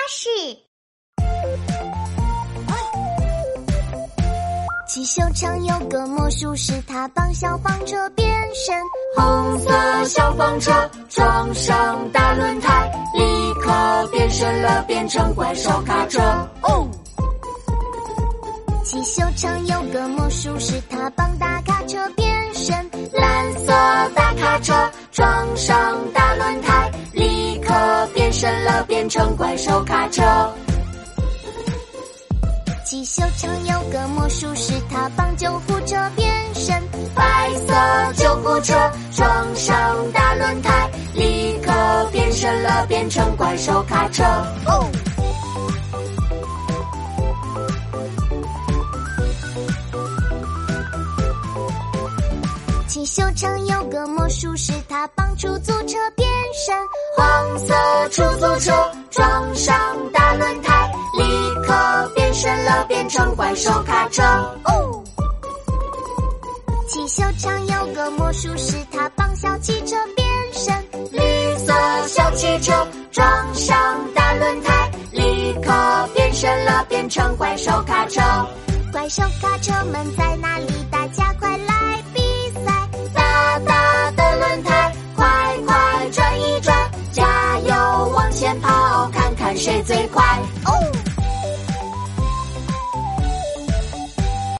始。气球场有个魔术师，他帮消防车变身。 红色消防车撞上大轮胎，立刻变身了，变成怪兽卡车。 气球场有个魔术师，他帮大卡车变身。 蓝色大卡车撞上大轮胎，立刻变身了，变成怪兽卡车。 气球场有个魔术师，他帮救护车变身。 白色救护车撞上大轮胎，立刻变身了，变成怪兽卡车。 气球场有个魔术师，他帮出租车变身。 黄色出租车撞上大轮胎，立刻变身了，变成怪兽卡车。 气球场有个魔术师，他帮小汽车变身。 绿色小汽车撞上大轮胎，立刻变身了，变成怪兽卡车。 怪兽卡车们在哪里？大家快来比赛！ 大大的轮胎快快转一转，加油往前跑，看看谁最快。